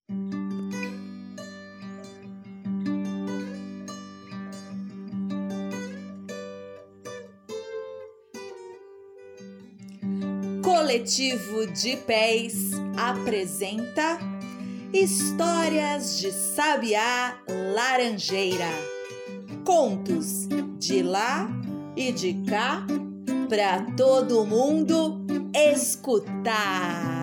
Coletivo de Pés apresenta Histórias de Sabiá Laranjeira. Contos de lá e de cá para todo mundo escutar.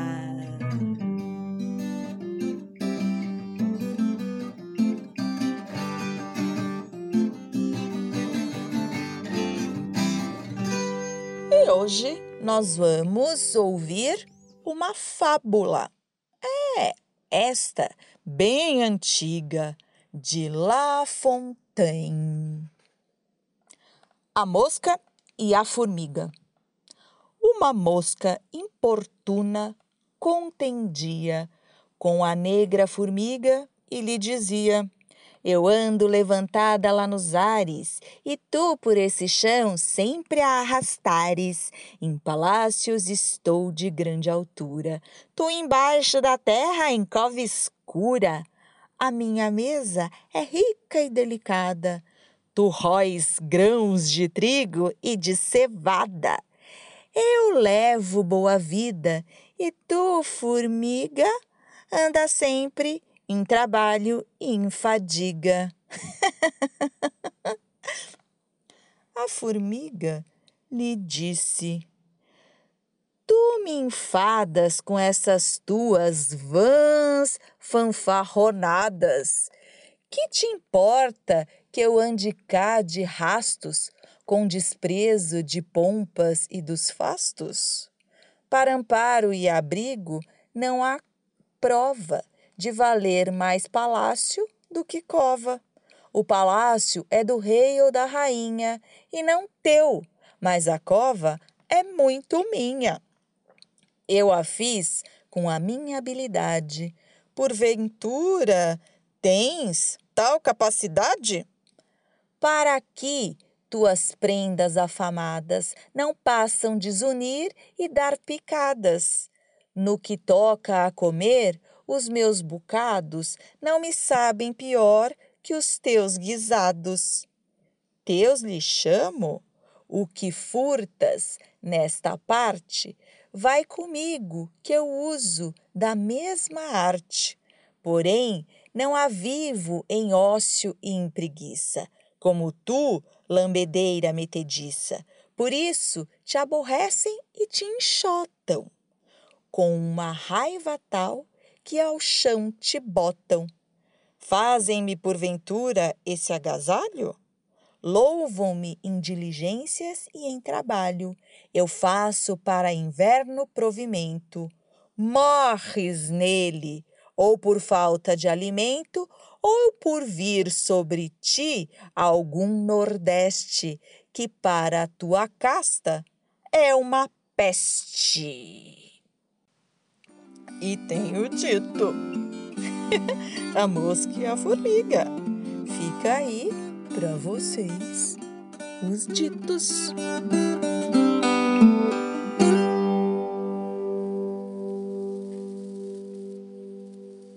E hoje nós vamos ouvir uma fábula. Esta bem antiga, de La Fontaine. A mosca e a formiga. Uma mosca importuna contendia com a negra formiga e lhe dizia: eu ando levantada lá nos ares, e tu por esse chão sempre a arrastares. Em palácios estou de grande altura, tu embaixo da terra em cova escura. A minha mesa é rica e delicada, tu róis grãos de trigo e de cevada. Eu levo boa vida, e tu, formiga, anda sempre em trabalho e em fadiga. A formiga lhe disse: tu me enfadas com essas tuas vãs fanfarronadas. Que te importa que eu ande cá de rastos, com desprezo de pompas e dos fastos? Para amparo e abrigo não há prova de valer mais palácio do que cova. O palácio é do rei ou da rainha, e não teu, mas a cova é muito minha. Eu a fiz com a minha habilidade. Porventura, tens tal capacidade? Para que tuas prendas afamadas não passam desunir e dar picadas? No que toca a comer, os meus bocados não me sabem pior que os teus guisados. Teus lhe chamo? O que furtas nesta parte, vai comigo, que eu uso da mesma arte. Porém, não a vivo em ócio e em preguiça, como tu, lambedeira metediça. Por isso te aborrecem e te enxotam, com uma raiva tal que ao chão te botam. Fazem-me, porventura, esse agasalho? Louvam-me em diligências e em trabalho. Eu faço para inverno provimento. Morres nele, ou por falta de alimento, ou por vir sobre ti algum nordeste, que para a tua casta é uma peste. E tenho dito, a mosca e a formiga. Fica aí para vocês os ditos.